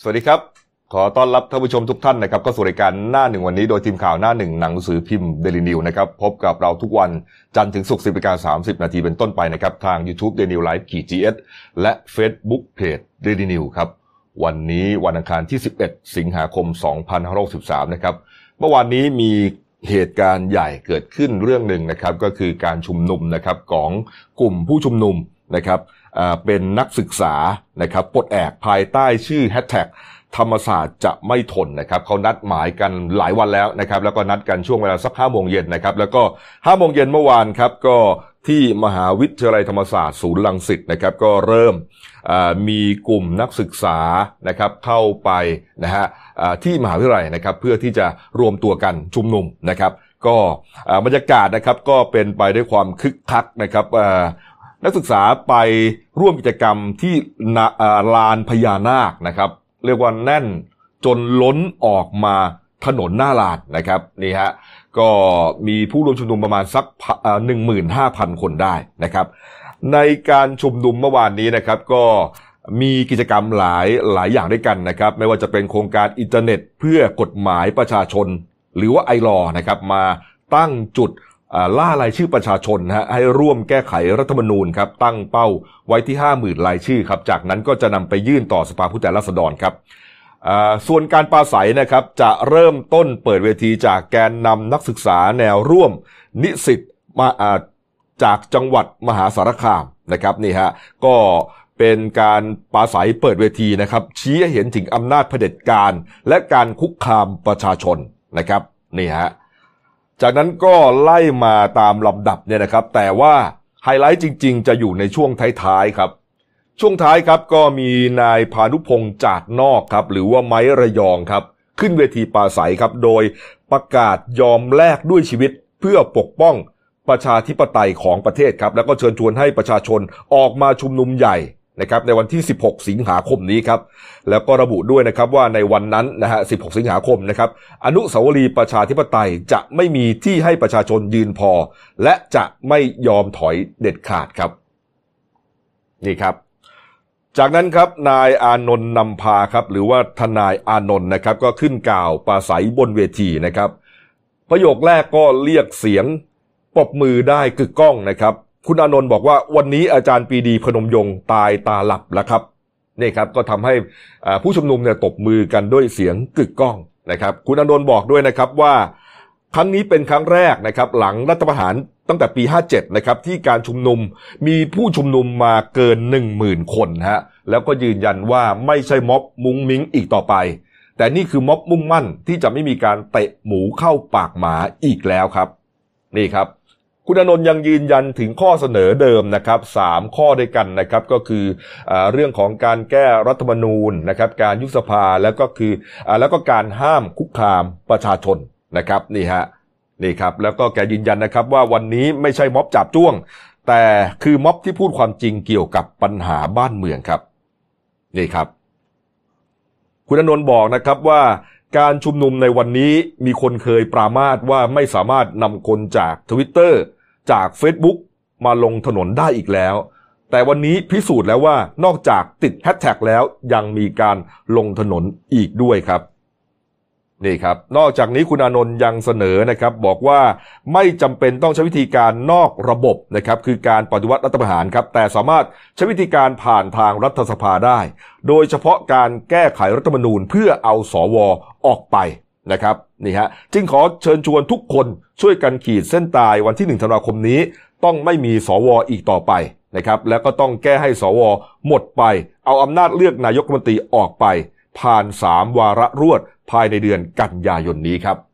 สวัสดีครับขอต้อนรับท่านผู้ชมทุกท่านนะครับก็สู่รายการหน้าหนึ่งวันนี้โดยทีมข่าวหน้าหนึ่งหนังสือพิมพ์ Daily News นะครับพบกับเราทุกวันจันทร์ถึงศุกร์ 10:30 น.เป็นต้นไปนะครับทาง YouTube Daily News Live GS และ Facebook Page Daily News ครับวันนี้วันอังคารที่11สิงหาคม2563นะครับเมื่อวานนี้มีเหตุการณ์ใหญ่เกิดขึ้นเรื่องหนึ่งนะครับก็คือการชุมนุมนะครับของกลุ่มผู้ชุมนุมนะครับเป็นนักศึกษานะครับปลดแอกภายใต้ชื่อแฮชแท็กธรรมศาสตร์จะไม่ทนนะครับเขานัดหมายกันหลายวันแล้วนะครับแล้วก็นัดกันช่วงเวลาสัก 5 โมงเย็นนะครับแล้วก็ 5 โมงเย็นเมื่อวานครับก็ที่มหาวิทยาลัยธรรมศาสตร์ศูนย์รังสิตนะครับก็เริ่มมีกลุ่มนักศึกษานะครับเข้าไปนะฮะที่มหาวิทยาลัยนะครับเพื่อที่จะรวมตัวกันชุมนุมนะครับก็บรรยากาศนะครับก็เป็นไปด้วยความคึกคักนะครับนักศึกษาไปร่วมกิจกรรมที่ลานพญานาคนะครับเรียกว่าแน่นจนล้นออกมาถนนหน้าลานนะครับนี่ฮะก็มีผู้ร่วมชุมนุมประมาณสัก 15,000 คนได้นะครับในการชุมนุมเมื่อวานนี้นะครับก็มีกิจกรรมหลายอย่างด้วยกันนะครับไม่ว่าจะเป็นโครงการอินเทอร์เน็ตเพื่อกฎหมายประชาชนหรือว่าไอลอนะครับมาตั้งจุดล่ารายชื่อประชาชนนะฮะให้ร่วมแก้ไขรัฐธรรมนูญครับตั้งเป้าไว้ที่ 50,000 รายชื่อครับจากนั้นก็จะนำไปยื่นต่อสภาผู้แทนราษฎรครับส่วนการปราศัยนะครับจะเริ่มต้นเปิดเวทีจากแกนนำนักศึกษาแนวร่วมนิสิตมาจากจังหวัดมหาสารคามนะครับนี่ฮะก็เป็นการปราศัยเปิดเวทีนะครับชี้ให้เห็นถึงอำนาจเผด็จการและการคุกคามประชาชนนะครับนี่ฮะจากนั้นก็ไล่มาตามลำดับเนี่ยนะครับแต่ว่าไฮไลท์จริงๆจะอยู่ในช่วงท้ายๆครับช่วงท้ายครับก็มีนายพานุพงษ์จาดนอกครับหรือว่าไม้ระยองครับขึ้นเวทีปราศัยครับโดยประกาศยอมแลกด้วยชีวิตเพื่อปกป้องประชาธิปไตยของประเทศครับแล้วก็เชิญชวนให้ประชาชนออกมาชุมนุมใหญ่นะครับในวันที่16สิงหาคมนี้ครับแล้วก็ระบุด้วยนะครับว่าในวันนั้นนะฮะ16สิงหาคมนะครับอนุสาวรีย์ประชาธิปไตยจะไม่มีที่ให้ประชาชนยืนพอและจะไม่ยอมถอยเด็ดขาดครับนี่ครับจากนั้นครับนายอานนท์นำพาครับหรือว่าทนายอานนท์นะครับก็ขึ้นกล่าวปราศัยบนเวทีนะครับประโยคแรกก็เรียกเสียงปรบมือได้กึกก้องนะครับคุณอานนท์บอกว่าวันนี้อาจารย์ปรีดีพนมยงค์ตายตาหลับแล้วครับนี่ครับก็ทำให้ผู้ชุมนุมเนี่ยตบมือกันด้วยเสียงกึกก้องนะครับคุณอานนท์บอกด้วยนะครับว่าครั้งนี้เป็นครั้งแรกนะครับหลังรัฐประหารตั้งแต่ปี57นะครับที่การชุมนุมมีผู้ชุมนุมมาเกิน 10,000 คนฮะแล้วก็ยืนยันว่าไม่ใช่ม็อบมุ้งมิ้งอีกต่อไปแต่นี่คือม็อบมุ่งมั่นที่จะไม่มีการเตะหมูเข้าปากหมาอีกแล้วครับนี่ครับคุณอานนท์ยังยืนยันถึงข้อเสนอเดิมนะครับ3ข้อด้วยกันนะครับก็คือเรื่องของการแก้รัฐธรรมนูญนะครับการยุบสภาแล้วก็การห้ามคุกคามประชาชนนะครับนี่ฮะนี่ครับแล้วก็แกยืนยันนะครับว่าวันนี้ไม่ใช่ม็อบจับจ้วงแต่คือม็อบที่พูดความจริงเกี่ยวกับปัญหาบ้านเมืองครับนี่ครับคุณอานนท์บอกนะครับว่าการชุมนุมในวันนี้มีคนเคยปรามาสว่าไม่สามารถนำคนจาก Twitter จาก Facebook มาลงถนนได้อีกแล้วแต่วันนี้พิสูจน์แล้วว่านอกจากติดแฮชแท็กแล้วยังมีการลงถนนอีกด้วยครับนี่ครับนอกจากนี้คุณอานนท์ยังเสนอนะครับบอกว่าไม่จำเป็นต้องใช้วิธีการนอกระบบนะครับคือการปฏิวัติรัฐประหารครับแต่สามารถใช้วิธีการผ่านทางรัฐสภาได้โดยเฉพาะการแก้ไขรัฐธรรมนูญเพื่อเอาสวออกไปนะครับนี่ฮะจึงขอเชิญชวนทุกคนช่วยกันขีดเส้นตายวันที่1ธันวาคมนี้ต้องไม่มีสวอีกต่อไปนะครับแล้วก็ต้องแก้ให้สวหมดไปเอาอำนาจเลือกนายกรัฐมนตรีออกไปผ่าน3วาระรวดภายในเดือนกันยายนนี้ครับ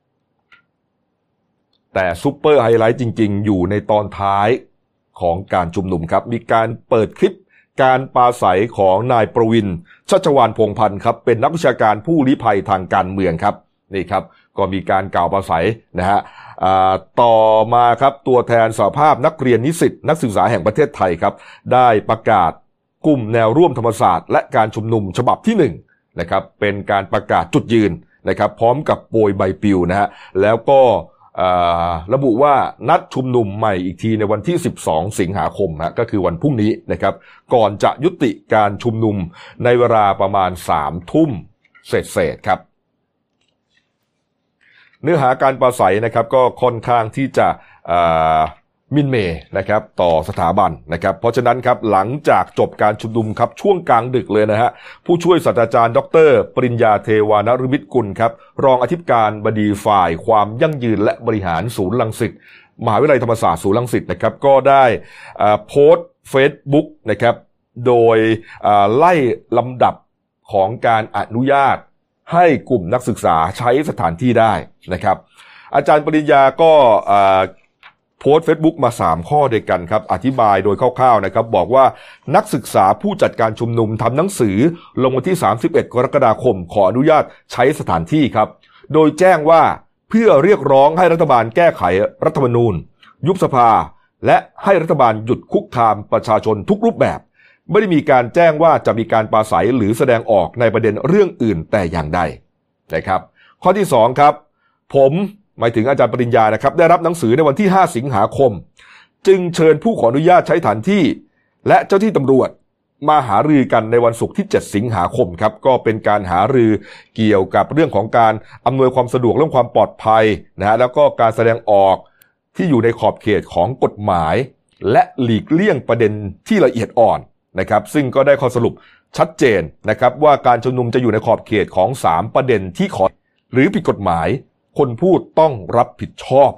แต่ซุปเปอร์ไฮไลท์จริงๆอยู่ในตอนท้ายของการชุมนุมครับมีการเปิดคลิปการปราศัยของนายประวินชัชวาลพงษ์พันธ์ครับเป็นนักวิชาการผู้ลี้ภัยทางการเมืองครับนี่ครับก็มีการกล่าวปราศัยนะฮะต่อมาครับตัวแทนสหภาพนักเรียนนิสิตนักศึกษาแห่งประเทศไทยครับได้ประกาศกลุ่มแนวร่วมธรรมศาสตร์และการชุมนุมฉบับที่1นะครับเป็นการประกาศจุดยืนนะครับพร้อมกับโปรยใบปลิวนะฮะแล้วก็ระบุว่านัดชุมนุมใหม่อีกทีในวันที่12สิงหาคมก็คือวันพรุ่งนี้นะครับก่อนจะยุติการชุมนุมในเวลาประมาณ3 ทุ่มเศษครับเนื้อหาการปราศัยนะครับก็ค่อนข้างที่จะมินเมย์นะครับต่อสถาบันนะครับเพราะฉะนั้นครับหลังจากจบการชุมนุมครับช่วงกลางดึกเลยนะฮะผู้ช่วยศาสตราจารย์ดร.ปริญญาเทวานฤมิตกุลครับรองอธิการบดีฝ่ายความยั่งยืนและบริหารศูนย์รังสิตมหาวิทยาลัยธรรมศาสตร์ศูนย์รังสิตนะครับก็ได้โพสต์ Facebook นะครับโดยไล่ลำดับของการอนุญาตให้กลุ่มนักศึกษาใช้สถานที่ได้นะครับอาจารย์ปริญญาก็โพสต์ Facebook มา3ข้อด้วยกันครับอธิบายโดยคร่าวๆนะครับบอกว่านักศึกษาผู้จัดการชุมนุมทำหนังสือลงวันที่31กรกฎาคมขออนุญาตใช้สถานที่ครับโดยแจ้งว่าเพื่อเรียกร้องให้รัฐบาลแก้ไขรัฐธรรมนูญยุบสภาและให้รัฐบาลหยุดคุกคามประชาชนทุกรูปแบบไม่ได้มีการแจ้งว่าจะมีการปราศัยหรือแสดงออกในประเด็นเรื่องอื่นแต่อย่างใดนะครับข้อที่2ครับผมหมายถึงอาจารย์ปริญญานะครับได้รับหนังสือในวันที่5สิงหาคมจึงเชิญผู้ขออนุญาตใช้สถานที่และเจ้าที่ตำรวจมาหารือกันในวันศุกร์ที่7สิงหาคมครับก็เป็นการหารือเกี่ยวกับเรื่องของการอำนวยความสะดวกเรื่องความปลอดภัยนะแล้วก็การแสดงออกที่อยู่ในขอบเขตของกฎหมายและหลีกเลี่ยงประเด็นที่ละเอียดอ่อนนะครับซึ่งก็ได้ข้อสรุปชัดเจนนะครับว่าการชุมนุมจะอยู่ในขอบเขตของ3ประเด็นที่ขอหรือผิดกฎหมายคนพูดต้องรับผิดชอบ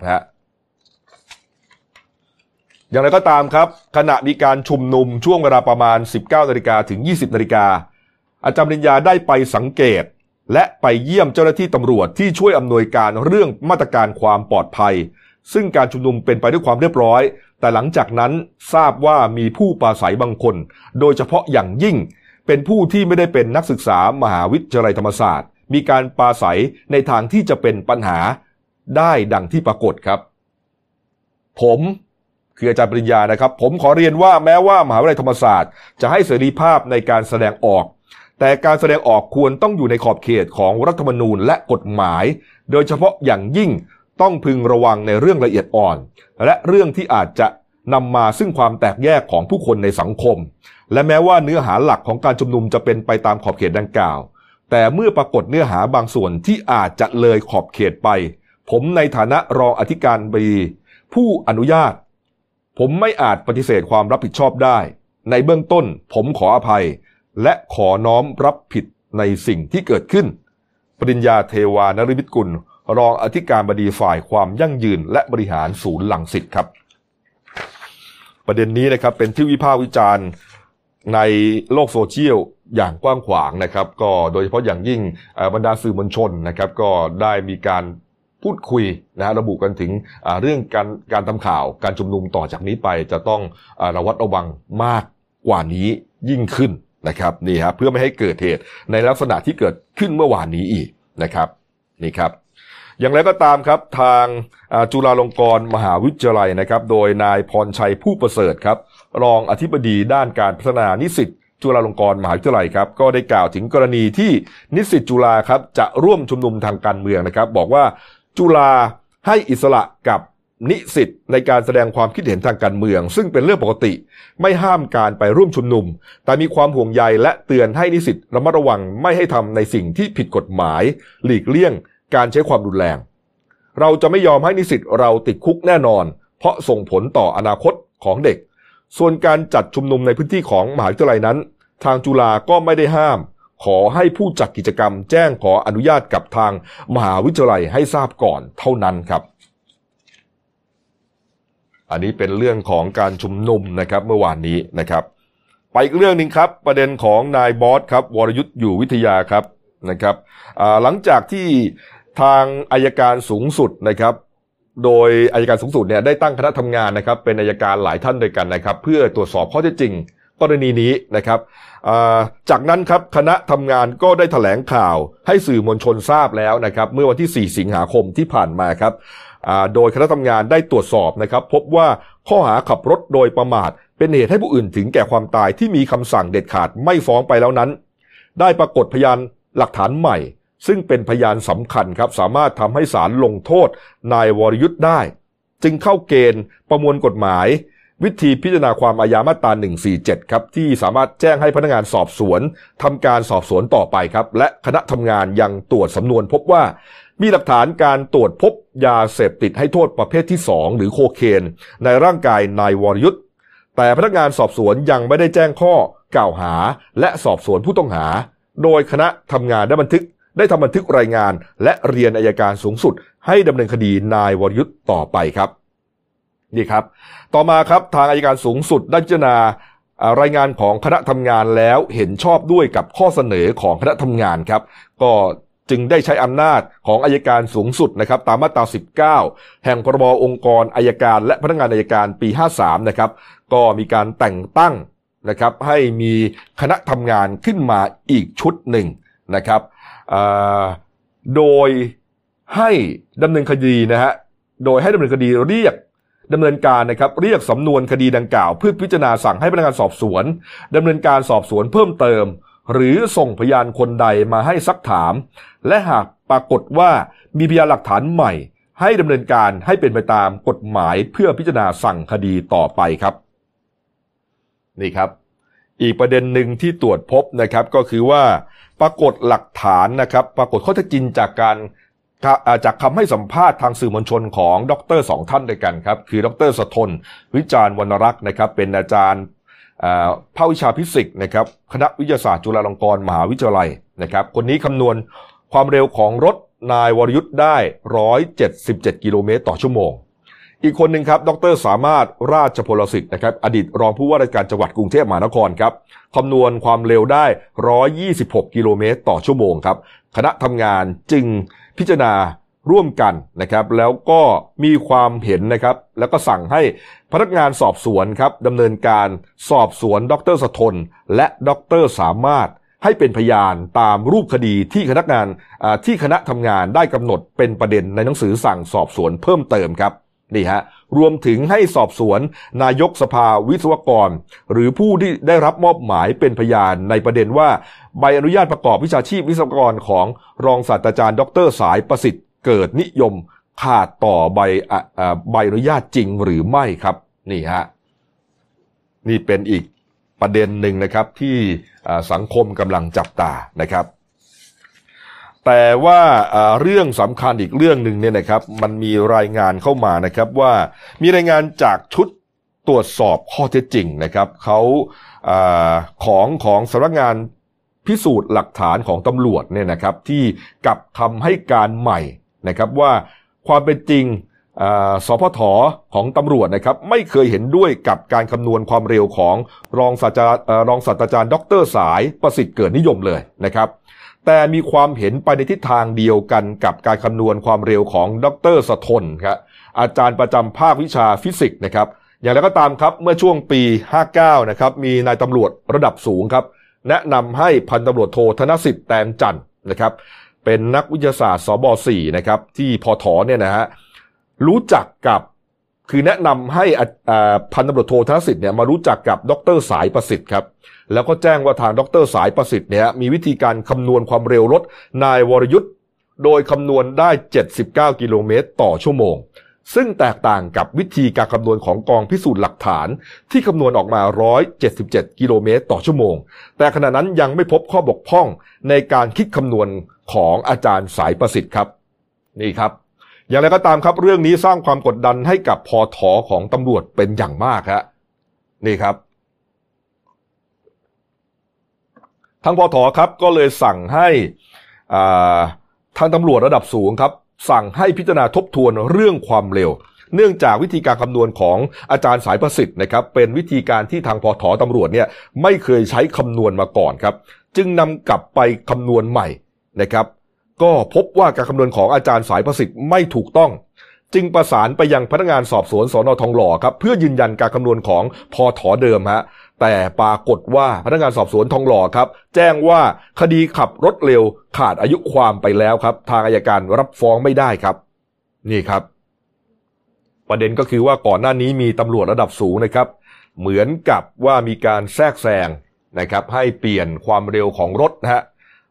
อย่างไรก็ตามครับขณะมีการชุมนุมช่วงเวลาประมาณ 19 นาฬิกาถึง 20 นาฬิกาอาจารย์ปริญญาได้ไปสังเกตและไปเยี่ยมเจ้าหน้าที่ตำรวจที่ช่วยอำนวยการเรื่องมาตรการความปลอดภัยซึ่งการชุมนุมเป็นไปด้วยความเรียบร้อยแต่หลังจากนั้นทราบว่ามีผู้ปราศัยบางคนโดยเฉพาะอย่างยิ่งเป็นผู้ที่ไม่ได้เป็นนักศึกษามหาวิทยาลัยธรรมศาสตร์มีการปราศัยในทางที่จะเป็นปัญหาได้ดังที่ปรากฏครับผมคืออาจารย์ปริญญานะครับผมขอเรียนว่าแม้ว่ามหาวิทยาลัยธรรมศาสตร์จะให้เสรีภาพในการแสดงออกแต่การแสดงออกควรต้องอยู่ในขอบเขตของรัฐธรรมนูญและกฎหมายโดยเฉพาะอย่างยิ่งต้องพึงระวังในเรื่องละเอียดอ่อนและเรื่องที่อาจจะนำมาซึ่งความแตกแยกของผู้คนในสังคมและแม้ว่าเนื้อหาหลักของการชุมนุมจะเป็นไปตามขอบเขตดังกล่าวแต่เมื่อปรากฏเนื้อหาบางส่วนที่อาจจะเลยขอบเขตไปผมในฐานะรองอธิการบดีผู้อนุญาตผมไม่อาจปฏิเสธความรับผิดชอบได้ในเบื้องต้นผมขออภัยและขอน้อมรับผิดในสิ่งที่เกิดขึ้นปริญญาเทวานฤมิตกุลรองอธิการบดีฝ่ายความยั่งยืนและบริหารศูนย์รังสิตครับประเด็นนี้นะครับเป็นที่วิพากษ์วิจารณ์ในโลกโซเชียลอย่างกว้างขวางนะครับก็โดยเฉพาะอย่างยิ่งบรรดาสื่อมวลชนนะครับก็ได้มีการพูดคุยระบุกันถึงเรื่องการทำข่าวการชุมนุมต่อจากนี้ไปจะต้องระวัดระวังมากกว่านี้ยิ่งขึ้นนะครับนี่ครับเพื่อไม่ให้เกิดเหตุในลักษณะที่เกิดขึ้นเมื่อวานนี้อีกนะครับนี่ครับอย่างไรก็ตามครับทางจุฬาลงกรณ์มหาวิทยาลัยนะครับโดยนายพรชัยผู้ประเสริฐครับรองอธิบดีด้านการพัฒนานิสิตจุฬาลงกรณ์มหาวิทยาลัยครับก็ได้กล่าวถึงกรณีที่นิสิตจุฬาครับจะร่วมชุมนุมทางการเมืองนะครับบอกว่าจุฬาให้อิสระกับนิสิตในการแสดงความคิดเห็นทางการเมืองซึ่งเป็นเรื่องปกติไม่ห้ามการไปร่วมชุมนุมแต่มีความห่วงใยและเตือนให้นิสิตระมัดระวังไม่ให้ทำในสิ่งที่ผิดกฎหมายหลีกเลี่ยงการใช้ความรุนแรงเราจะไม่ยอมให้นิสิตเราติดคุกแน่นอนเพราะส่งผลต่ออนาคตของเด็กส่วนการจัดชุมนุมในพื้นที่ของมหาวิทยาลัยนั้นทางจุฬาก็ไม่ได้ห้ามขอให้ผู้จัดกิจกรรมแจ้งขออนุญาตกับทางมหาวิทยาลัยให้ทราบก่อนเท่านั้นครับอันนี้เป็นเรื่องของการชุมนุมนะครับเมื่อวานนี้นะครับไปอีกเรื่องนึงครับประเด็นของนายบอสครับวรยุทธ์อยู่วิทยาครับนะครับหลังจากที่ทางอัยการสูงสุดนะครับโดยอัยการสูงสุดเนี่ยได้ตั้งคณะทำงานนะครับเป็นอัยการหลายท่านด้วยกันนะครับเพื่อตรวจสอบข้อเท็จจริงกรณีนี้นะครับจากนั้นครับคณะทำงานก็ได้แถลงข่าวให้สื่อมวลชนทราบแล้วนะครับเมื่อวันที่4สิงหาคมที่ผ่านมาครับโดยคณะทำงานได้ตรวจสอบนะครับพบว่าข้อหาขับรถโดยประมาทเป็นเหตุให้ผู้อื่นถึงแก่ความตายที่มีคำสั่งเด็ดขาดไม่ฟ้องไปแล้วนั้นได้ปรากฏพยานหลักฐานใหม่ซึ่งเป็นพยานสำคัญครับสามารถทำให้ศาลลงโทษนายวรยุทธ์ได้จึงเข้าเกณฑ์ประมวลกฎหมายวิธีพิจารณาความอาญามาตรา147ครับที่สามารถแจ้งให้พนักงานสอบสวนทำการสอบสวนต่อไปครับและคณะทำงานยังตรวจสำนวนพบว่ามีหลักฐานการตรวจพบยาเสพติดให้โทษประเภทที่2หรือโคเคนในร่างกายนายวรยุทธ์แต่พนักงานสอบสวนยังไม่ได้แจ้งข้อกล่าวหาและสอบสวนผู้ต้องหาโดยคณะทำงานได้ทำบันทึกรายงานและเรียนอัยการสูงสุดให้ดำเนินคดีนายวรยุทธ์ต่อไปครับนี่ครับต่อมาครับทางอัยการสูงสุดได้พิจารณารายงานของคณะทำงานแล้วเห็นชอบด้วยกับข้อเสนอของคณะทำงานครับก็จึงได้ใช้อำนาจของอัยการสูงสุดนะครับตามมาตรา19แห่งพรบองค์กรอัยการและพนักงานอัยการปี53นะครับก็มีการแต่งตั้งนะครับให้มีคณะทำงานขึ้นมาอีกชุดหนึ่งนะครับโดยให้ดำเนินคดีนะฮะโดยให้ดำเนินคดีเรียกดำเนินการนะครับเรียกสำนวนคดีดังกล่าวเพื่อพิจารณาสั่งให้พนักงานสอบสวนดำเนินการสอบสวนเพิ่มเติมหรือส่งพยานคนใดมาให้ซักถามและหากปรากฏว่ามีพยานหลักฐานใหม่ให้ดำเนินการให้เป็นไปตามกฎหมายเพื่อพิจารณาสั่งคดีต่อไปครับนี่ครับอีกประเด็นหนึ่งที่ตรวจพบนะครับก็คือว่าปรากฏหลักฐานนะครับปรากฏข้อเท็จจริงจากคำให้สัมภาษณ์ทางสื่อมวลชนของดร.สองท่านด้วยกันครับคือดร.สะทนวิจารณ์วรรณรักษ์นะครับเป็นอาจารย์ภาควิชาฟิสิกส์นะครับคณะวิทยาศาสตร์จุฬาลงกรณ์มหาวิทยาลัยนะครับคนนี้คำนวณความเร็วของรถนายวรยุทธ์ได้177กิโลเมตรต่อชั่วโมงอีกคนหนึ่งครับดร.สามารถราชพลสิทธิ์นะครับอดีตรองผู้ว่าราชการจังหวัดกรุงเทพมหานครครับคำนวณความเร็วได้126กิโลเมตรต่อชั่วโมงครับคณะทำงานจึงพิจารณาร่วมกันนะครับแล้วก็มีความเห็นนะครับแล้วก็สั่งให้พนักงานสอบสวนครับดำเนินการสอบสวนดร.สะทนและดร.สามารถให้เป็นพยานตามรูปคดีที่คณะทำงานได้กำหนดเป็นประเด็นในหนังสือสั่งสอบสวนเพิ่มเติมครับนี่ฮะรวมถึงให้สอบสวนนายกสภาวิศวกรหรือผู้ที่ได้รับมอบหมายเป็นพยานในประเด็นว่าใบอนุญาตประกอบวิชาชีพวิศวกรของรองศาสตราจารย์ดร.สายประสิทธิ์เกิดนิยมขาดต่อใบอนุญาตจริงหรือไม่ครับนี่ฮะนี่เป็นอีกประเด็นหนึ่งนะครับที่สังคมกำลังจับตานะครับแต่ว่าเรื่องสำคัญอีกเรื่องหนึ่งเนี่ยนะครับมันมีรายงานเข้ามานะครับว่ามีรายงานจากชุดตรวจสอบข้อเท็จจริงนะครับเขาของสำนักงานพิสูจน์หลักฐานของตำรวจเนี่ยนะครับที่กับคำให้การใหม่นะครับว่าความเป็นจริงสพท.ของตำรวจนะครับไม่เคยเห็นด้วยกับการคำนวณความเร็วของรองศาสตราจารย์ดร.สายประสิทธิ์เกิดนิยมเลยนะครับแต่มีความเห็นไปในทิศทางเดียวกันกับการคำนวณความเร็วของดร.สะทนครับอาจารย์ประจำภาควิชาฟิสิกส์นะครับอย่างไรก็ตามครับเมื่อช่วงปี59นะครับมีนายตำรวจระดับสูงครับแนะนำให้พันตำรวจโทธนสิทธิ์แตงจันทร์นะครับเป็นนักวิทยาศาสตร์สบ4นะครับที่พทเนี่ยนะฮะรู้จักกับคือแนะนำให้พันตำรวจโทธนสิทธิ์เนี่ยมารู้จักกับดร.สายประสิทธิ์ครับแล้วก็แจ้งว่าทางดร.สายประสิทธิ์เนี่ยมีวิธีการคำนวณความเร็วรถนายวรยุทธ์โดยคำนวณได้79กิโลเมตรต่อชั่วโมงซึ่งแตกต่างกับวิธีการคำนวณของกองพิสูจน์หลักฐานที่คำนวณออกมา177กิโลเมตรต่อชั่วโมงแต่ขณะนั้นยังไม่พบข้อบกพร่องในการคิดคำนวณของอาจารย์สายประสิทธิ์ครับนี่ครับอย่างไรก็ตามครับเรื่องนี้สร้างความกดดันให้กับพท.ของตำรวจเป็นอย่างมากฮะนี่ครับทางพท.ครับก็เลยสั่งให้ทางตำรวจระดับสูงครับสั่งให้พิจารณาทบทวนเรื่องความเร็วเนื่องจากวิธีการคำนวณของอาจารย์สายประสิทธิ์นะครับเป็นวิธีการที่ทางพท.ตำรวจเนี่ยไม่เคยใช้คำนวณมาก่อนครับจึงนำกลับไปคำนวณใหม่นะครับก็พบว่าการคำนวณของอาจารย์สายประสิทธิ์ไม่ถูกต้องจึงประสานไปยังพนักงานสอบสวนสน.ทองหล่อครับเพื่อยืนยันการคำนวณของพท.เดิมฮะแต่ปรากฏว่าพนักงานสอบสวนทองหล่อครับแจ้งว่าคดีขับรถเร็วขาดอายุความไปแล้วครับทางอัยการรับฟ้องไม่ได้ครับนี่ครับประเด็นก็คือว่าก่อนหน้านี้มีตำรวจระดับสูงนะครับเหมือนกับว่ามีการแทรกแซงนะครับให้เปลี่ยนความเร็วของรถนะฮะ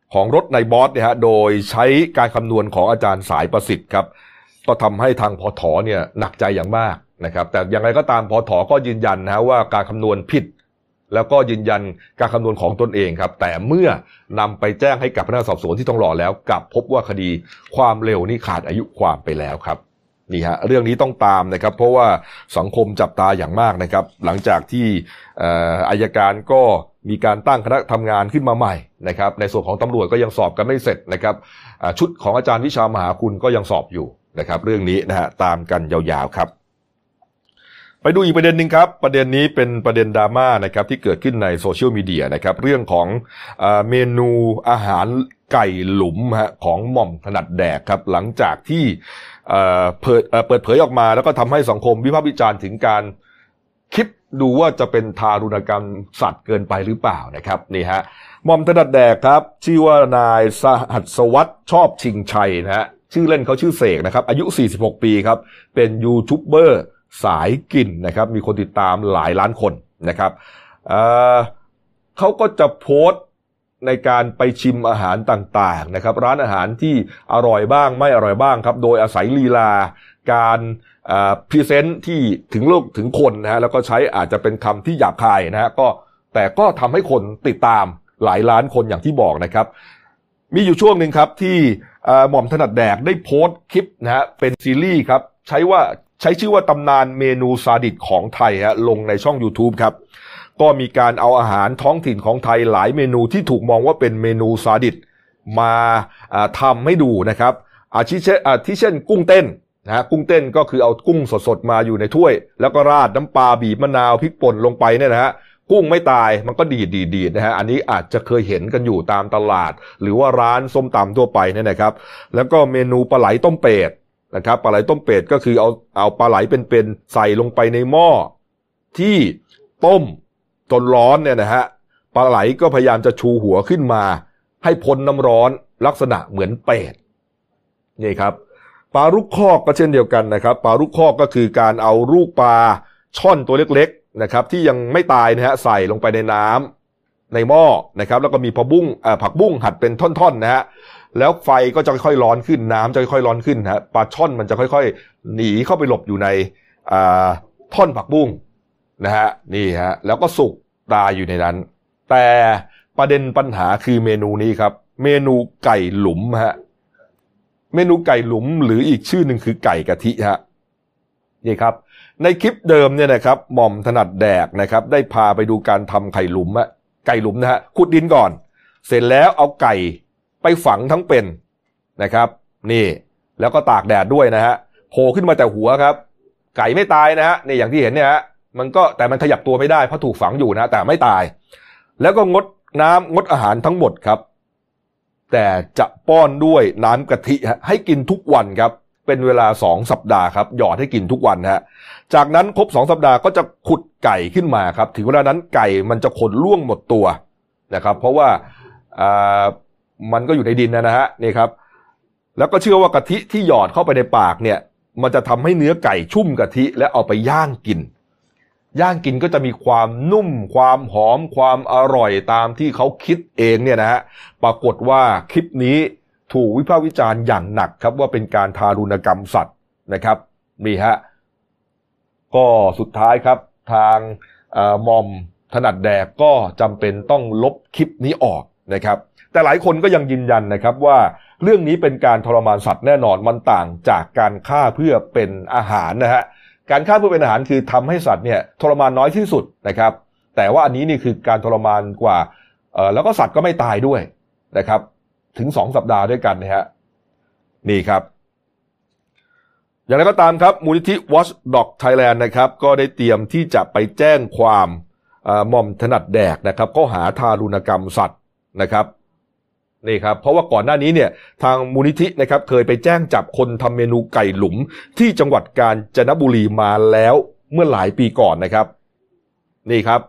ของรถในบอสเนี่ยฮะโดยใช้การคำนวณของอาจารย์สายประสิทธิ์ครับก็ทำให้ทางพถเนี่ยหนักใจอย่างมากนะครับแต่อย่างไรก็ตามพถก็ยืนยันนะว่าการคำนวณผิดแล้วก็ยืนยันการคำนวณของตนเองครับแต่เมื่อนำไปแจ้งให้กับพนักงานสอบสวนที่ทองหล่อแล้วกลับพบว่าคดีความเร็วนี่ขาดอายุความไปแล้วครับนี่ฮะเรื่องนี้ต้องตามนะครับเพราะว่าสังคมจับตาอย่างมากนะครับหลังจากที่อัยการก็มีการตั้งคณะทำงานขึ้นมาใหม่นะครับในส่วนของตำรวจก็ยังสอบกันไม่เสร็จนะครับชุดของอาจารย์วิชามหาคุณก็ยังสอบอยู่นะครับเรื่องนี้นะฮะตามกันยาวๆครับไปดูอีกประเด็นหนึ่งครับประเด็นนี้เป็นประเด็นดราม่านะครับที่เกิดขึ้นในโซเชียลมีเดียนะครับเรื่องของเมนูอาหารไก่หลุมของหม่อมถนัดแดกครับหลังจากที่เปิดเผยออกมาแล้วก็ทำให้สังคมวิพากษ์วิจารณ์ถึงการคิดดูว่าจะเป็นทารุณกรรมสัตว์เกินไปหรือเปล่านะครับนี่ฮะหม่อมถนัดแดกครับชื่อว่านายสหัสวัฒน์ชอบชิงชัยนะฮะชื่อเล่นเขาชื่อเสกนะครับอายุ46ปีครับเป็นยูทูบเบอร์สายกินนะครับมีคนติดตามหลายล้านคนนะครับเขาก็จะโพสต์ในการไปชิมอาหารต่างๆนะครับร้านอาหารที่อร่อยบ้างไม่อร่อยบ้างครับโดยอาศัยลีลาการพรีเซนต์ที่ถึงโลกถึงคนนะฮะแล้วก็ใช้อาจจะเป็นคำที่หยาบคายนะฮะแต่ก็ทำให้คนติดตามหลายล้านคนอย่างที่บอกนะครับมีอยู่ช่วงหนึ่งครับที่หม่อมถนัดแดกได้โพสต์คลิปนะฮะเป็นซีรีส์ครับใช้ชื่อว่าตำนานเมนูซาดิสของไทยฮะลงในช่อง YouTube ครับก็มีการเอาอาหารท้องถิ่นของไทยหลายเมนูที่ถูกมองว่าเป็นเมนูซาดิสมาทำให้ดูนะครับที่เช่นกุ้งเต้นนะฮะกุ้งเต้นก็คือเอากุ้งสดๆมาอยู่ในถ้วยแล้วก็ราดน้ำปลาบีบมะนาวพริกป่นลงไปเนี่ยนะฮะกุ้งไม่ตายมันก็ดีดนะฮะอันนี้อาจจะเคยเห็นกันอยู่ตามตลาดหรือว่าร้านส้มตำทั่วไปเนี่ยนะครับแล้วก็เมนูปลาไหลต้มเป็ดนะครับปลาไหลต้มเป็ดก็คือเอาปลาไหลเป็นๆใส่ลงไปในหม้อที่ต้มจนร้อนเนี่ยนะฮะปลาไหลก็พยายามจะชูหัวขึ้นมาให้พ้นน้ำร้อนลักษณะเหมือนเป็ดนี่ครับปลาลูกคอกก็เช่นเดียวกันนะครับปลาลูกคอกก็คือการเอาลูกปลาช่อนตัวเล็กๆนะครับที่ยังไม่ตายนะฮะใส่ลงไปในน้ำในหม้อนะครับแล้วก็มีผักบุ้งหั่นเป็นท่อนๆนะฮะแล้วไฟก็จะค่อยๆร้อนขึ้นน้ำจะค่อยๆร้อนขึ้นฮะปลาช่อนมันจะค่อยๆหนีเข้าไปหลบอยู่ในท่อนผักบุ้งนะฮะนี่ฮะแล้วก็สุกตายอยู่ในนั้นแต่ประเด็นปัญหาคือเมนูนี้ครับเมนูไก่หลุมฮะเมนูไก่หลุมหรืออีกชื่อหนึ่งคือไก่กะทิฮะนี่ครับในคลิปเดิมเนี่ยนะครับหม่อมถนัดแดกนะครับได้พาไปดูการทำไก่หลุมนะฮะขุดดินก่อนเสร็จแล้วเอาไก่ไปฝังทั้งเป็นนะครับนี่แล้วก็ตากแดดด้วยนะฮะโผล่ขึ้นมาแต่หัวครับไก่ไม่ตายนะฮะนี่อย่างที่เห็นเนี่ยฮะแต่มันขยับตัวไม่ได้เพราะถูกฝังอยู่นะแต่ไม่ตายแล้วก็งดน้ำงดอาหารทั้งหมดครับแต่จะป้อนด้วยน้ำกะทิให้กินทุกวันครับเป็นเวลา2 สัปดาห์ครับหยอดให้กินทุกวันฮะจากนั้นครบ2 สัปดาห์ก็จะขุดไก่ขึ้นมาครับถึงเวลานั้นไก่มันจะขนร่วงหมดตัวนะครับเพราะว่ามันก็อยู่ในดินนะฮะนี่ครับแล้วก็เชื่อว่ากะทิที่หยอดเข้าไปในปากเนี่ยมันจะทำให้เนื้อไก่ชุ่มกะทิและเอาไปย่างกินก็จะมีความนุ่มความหอมความอร่อยตามที่เขาคิดเองเนี่ยนะฮะปรากฏว่าคลิปนี้ถูกวิพากษ์วิจารณ์อย่างหนักครับว่าเป็นการทารุณกรรมสัตว์นะครับนี่ฮะก็สุดท้ายครับทางหม่อมถนัดแดกก็จำเป็นต้องลบคลิปนี้ออกนะครับแต่หลายคนก็ยังยืนยันนะครับว่าเรื่องนี้เป็นการทรมานสัตว์แน่นอนมันต่างจากการฆ่าเพื่อเป็นอาหารนะฮะการฆ่าเพื่อเป็นอาหารคือทำให้สัตว์เนี่ยทรมานน้อยที่สุดนะครับแต่ว่าอันนี้นี่คือการทรมานกว่าแล้วก็สัตว์ก็ไม่ตายด้วยนะครับถึง2 สัปดาห์ด้วยกันนะฮะนี่ครับอย่างไรก็ตามครับมูลนิธิ Watchdog Thailand นะครับก็ได้เตรียมที่จะไปแจ้งความหม่อมถนัดแดกนะครับข้อหาทารุณกรรมสัตว์นะครับนี่ครับเพราะว่าก่อนหน้านี้เนี่ยทางมูลนิธินะครับเคยไปแจ้งจับคนทำเมนูไก่หลุมที่จังหวัดกาญจนบุรีมาแล้วเมื่อหลายปีก่อนนะครับนี่ครับ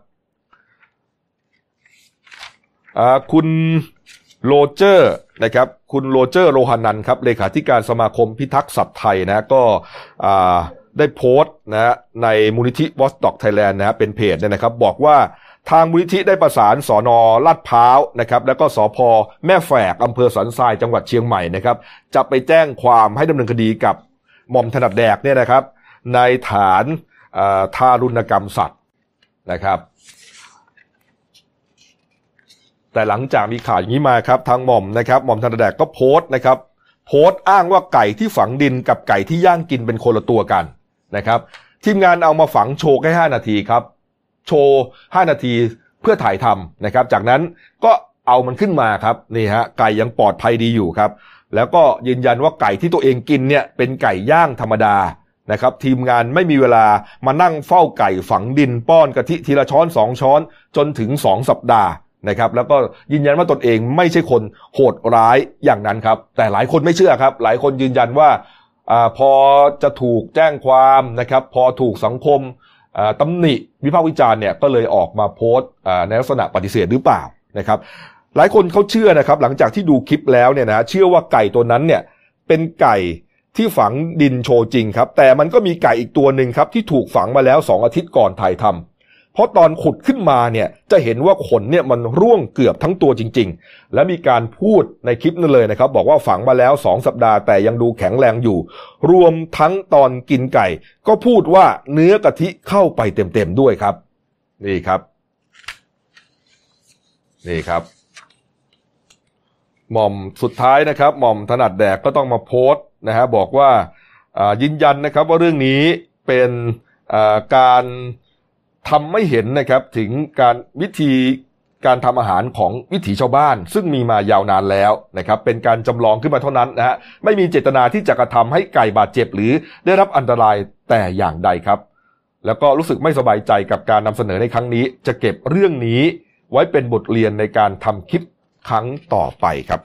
คุณโรเจอร์นะครับคุณโรเจอร์โรหานันท์ครับเลขาธิการสมาคมพิทักษ์สัตว์ไทยนะก็ได้โพสต์นะในมูลนิธิ Watchdog Thailand นะเป็นเพจเนี่ยนะครับบอกว่าทางมูลนิธิได้ประสานสน.ลาดพร้าวนะครับแล้วก็สภ.แม่แฝกอำเภอสันทรายจังหวัดเชียงใหม่นะครับจะไปแจ้งความให้ดำเนินคดีกับหม่อมถนัดแดกเนี่ยนะครับในฐานทารุณกรรมสัตว์นะครับแต่หลังจากมีข่าวอย่างนี้มาครับทางหม่อมนะครับหม่อมถนัดแดกก็โพสต์นะครับโพสต์อ้างว่าไก่ที่ฝังดินกับไก่ที่ย่างกินเป็นคนละตัวกันนะครับทีมงานเอามาฝังโชว์แค่5 นาทีครับโชว์5 นาทีเพื่อถ่ายทำนะครับจากนั้นก็เอามันขึ้นมาครับนี่ฮะไก่ยังปลอดภัยดีอยู่ครับแล้วก็ยืนยันว่าไก่ที่ตัวเองกินเนี่ยเป็นไก่ย่างธรรมดานะครับทีมงานไม่มีเวลามานั่งเฝ้าไก่ฝังดินป้อนกะทิทีละช้อน2 ช้อนจนถึง2 สัปดาห์นะครับแล้วก็ยืนยันว่าตนเองไม่ใช่คนโหดร้ายอย่างนั้นครับแต่หลายคนไม่เชื่อครับหลายคนยืนยันว่าพอจะถูกแจ้งความนะครับพอถูกสังคมตำหนิวิพากษ์วิจารณ์เนี่ยก็เลยออกมาโพสต์ในลักษณะปฏิเสธหรือเปล่านะครับหลายคนเขาเชื่อนะครับหลังจากที่ดูคลิปแล้วเนี่ยนะเชื่อว่าไก่ตัวนั้นเนี่ยเป็นไก่ที่ฝังดินโชว์จริงครับแต่มันก็มีไก่อีกตัวหนึ่งครับที่ถูกฝังมาแล้ว2 อาทิตย์ก่อนถ่ายทำเพราะตอนขุดขึ้นมาเนี่ยจะเห็นว่าขนเนี่ยมันร่วงเกือบทั้งตัวจริงๆและมีการพูดในคลิปนั่นเลยนะครับบอกว่าฝังมาแล้ว2 สัปดาห์แต่ยังดูแข็งแรงอยู่รวมทั้งตอนกินไก่ก็พูดว่าเนื้อกะทิเข้าไปเต็มๆด้วยครับนี่ครับหม่อมสุดท้ายนะครับหม่อมถนัดแดกก็ต้องมาโพสต์นะฮะบอกว่ายืนยันนะครับว่าเรื่องนี้เป็นการทำไม่เห็นนะครับถึงวิธีการทำอาหารของวิถีชาวบ้านซึ่งมีมายาวนานแล้วนะครับเป็นการจำลองขึ้นมาเท่านั้นนะฮะไม่มีเจตนาที่จะกระทำให้ไก่บาดเจ็บหรือได้รับอันตรายแต่อย่างใดครับแล้วก็รู้สึกไม่สบายใจกับการนำเสนอในครั้งนี้จะเก็บเรื่องนี้ไว้เป็นบทเรียนในการทำคลิปครั้งต่อไปครับ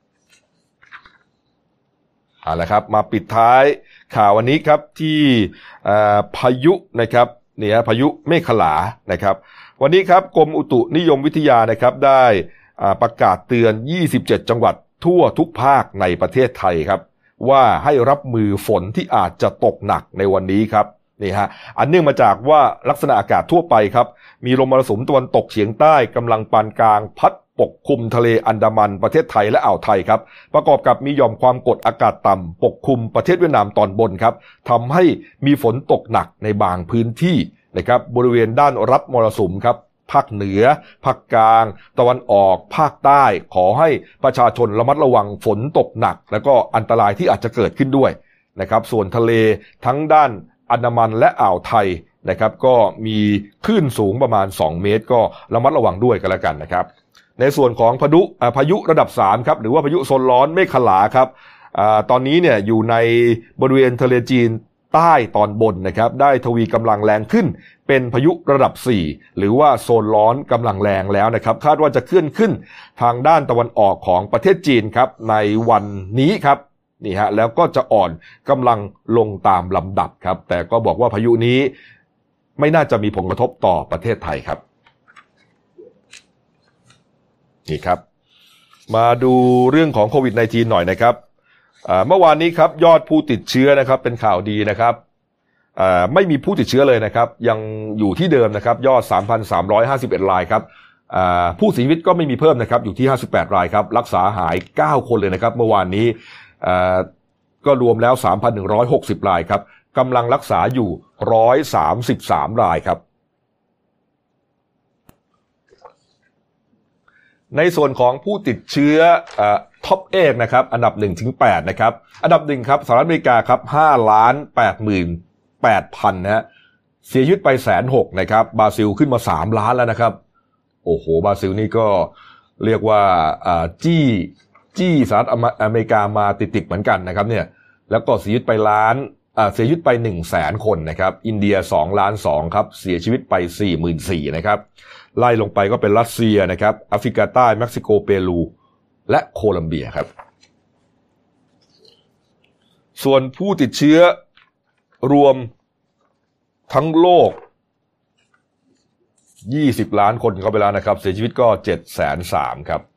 เอาละครับมาปิดท้ายข่าววันนี้ครับที่พายุนะครับเนี่ยพายุเมขลานะครับวันนี้ครับกรมอุตุนิยมวิทยานะครับได้ประกาศเตือน27 จังหวัดทั่วทุกภาคในประเทศไทยครับว่าให้รับมือฝนที่อาจจะตกหนักในวันนี้ครับนี่ฮะอันเนื่องมาจากว่าลักษณะอากาศทั่วไปครับมีลมมรสุมตะวันตกเฉียงใต้กำลังปานกลางพัดปกคลุมทะเลอันดามันประเทศไทยและอ่าวไทยครับประกอบกับมีหย่อมความกดอากาศต่ำปกคลุมประเทศเวียดนามตอนบนครับทำให้มีฝนตกหนักในบางพื้นที่นะครับบริเวณด้านรับมรสุมครับภาคเหนือภาคกลางตะวันออกภาคใต้ขอให้ประชาชนระมัดระวังฝนตกหนักแล้วก็อันตรายที่อาจจะเกิดขึ้นด้วยนะครับส่วนทะเลทั้งด้านอันดามันและอ่าวไทยนะครับก็มีคลื่นสูงประมาณ2 เมตรก็ระมัดระวังด้วยกันแล้วกันนะครับในส่วนของพายุระดับ3ครับหรือว่าพายุโซนร้อนเมขลาครับตอนนี้เนี่ยอยู่ในบริเวณทะเลจีนใต้ตอนบนนะครับได้ทวีกำลังแรงขึ้นเป็นพายุระดับ4หรือว่าโซนร้อนกำลังแรงแล้วนะครับคาดว่าจะเคลื่อนขึ้นทางด้านตะวันออกของประเทศจีนครับในวันนี้ครับนี่ฮะแล้วก็จะอ่อนกำลังลงตามลำดับครับแต่ก็บอกว่าพายุนี้ไม่น่าจะมีผลกระทบต่อประเทศไทยครับนี่ครับมาดูเรื่องของโควิด -19 หน่อยนะครับเมื่อวานนี้ครับยอดผู้ติดเชื้อนะครับเป็นข่าวดีนะครับไม่มีผู้ติดเชื้อเลยนะครับยังอยู่ที่เดิมนะครับยอด 3,351 รายครับผู้เสียชีวิตก็ไม่มีเพิ่มนะครับอยู่ที่58 รายครับรักษาหาย9 คนเลยนะครับเมื่อวานนี้ก็รวมแล้ว 3,160 รายครับกำลังรักษาอยู่133 รายครับในส่วนของผู้ติดเชื้อท็อปเอกนะครับอันดับ 1-8 นะครับอันดับ1ครับสหรัฐอเมริกาครับ 5,88,000 นะฮะเสียชีวิตไป 106,000 นะครับบราซิลขึ้นมา3 ล้านแล้วนะครับโอ้โหบราซิลนี่ก็เรียกว่าจี้สหรัฐอเมริกามาติดๆเหมือนกันนะครับเนี่ยแล้วก็เสียชีวิตไปเสียชีวิตไป 100,000 คนนะครับอินเดีย2 ล้าน 2ครับเสียชีวิตไป 44,000 นะครับไล่ลงไปก็เป็นรัสเซียนะครับแอฟริกาใต้เม็กซิโกเปรูและโคลัมเบียครับส่วนผู้ติดเชื้อรวมทั้งโลก20 ล้านคนเข้าไปแล้วนะครับเสียชีวิตก็730,000ครับ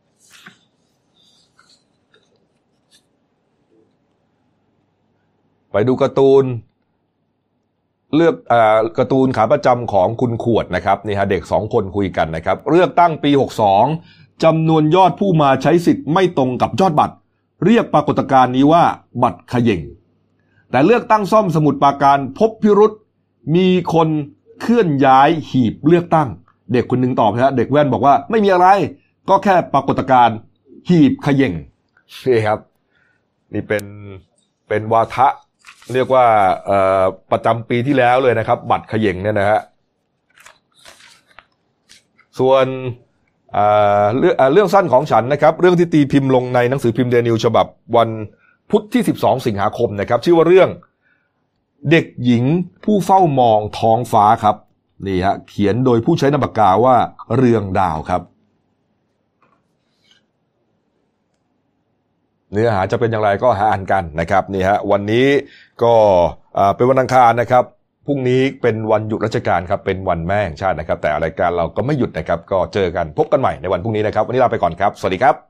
ไปดูการ์ตูนเลือกการ์ตูนขาประจำของคุณขวดนะครับนี่ฮะเด็ก2คนคุยกันนะครับเลือกตั้งปี62จำนวนยอดผู้มาใช้สิทธิ์ไม่ตรงกับยอดบัตรเรียกปรากฏการณ์นี้ว่าบัตรเขย่งแต่เลือกตั้งซ่อมสมุทรปราการพบพิรุษมีคนเคลื่อนย้ายหีบเลือกตั้งเด็กคนหนึ่งตอบนะฮะเด็กแว่นบอกว่าไม่มีอะไรก็แค่ปรากฏการณ์หีบเขย่งนี่ครับนี่เป็นวาทะเรียกว่าประจำปีที่แล้วเลยนะครับบัตรเขย่งเนี่ยนะฮะส่วนเรื่องสั้นของฉันนะครับเรื่องที่ตีพิมพ์ลงในหนังสือพิมพ์เดนิวฉบับวันพุธที่12สิงหาคมนะครับชื่อว่าเรื่องเด็กหญิงผู้เฝ้ามองท้องฟ้าครับนี่ฮะเขียนโดยผู้ใช้นามปากกาว่าเรืองดาวครับเนื้อหาจะเป็นอย่างไรก็หาอ่านกันนะครับนี่ฮะวันนี้ก็เป็นวันอังคารนะครับพรุ่งนี้เป็นวันหยุดราชการครับเป็นวันแม่แห่งชาตินะครับแต่รายการเราก็ไม่หยุดนะครับก็เจอกันพบกันใหม่ในวันพรุ่งนี้นะครับวันนี้ลาไปก่อนครับสวัสดีครับ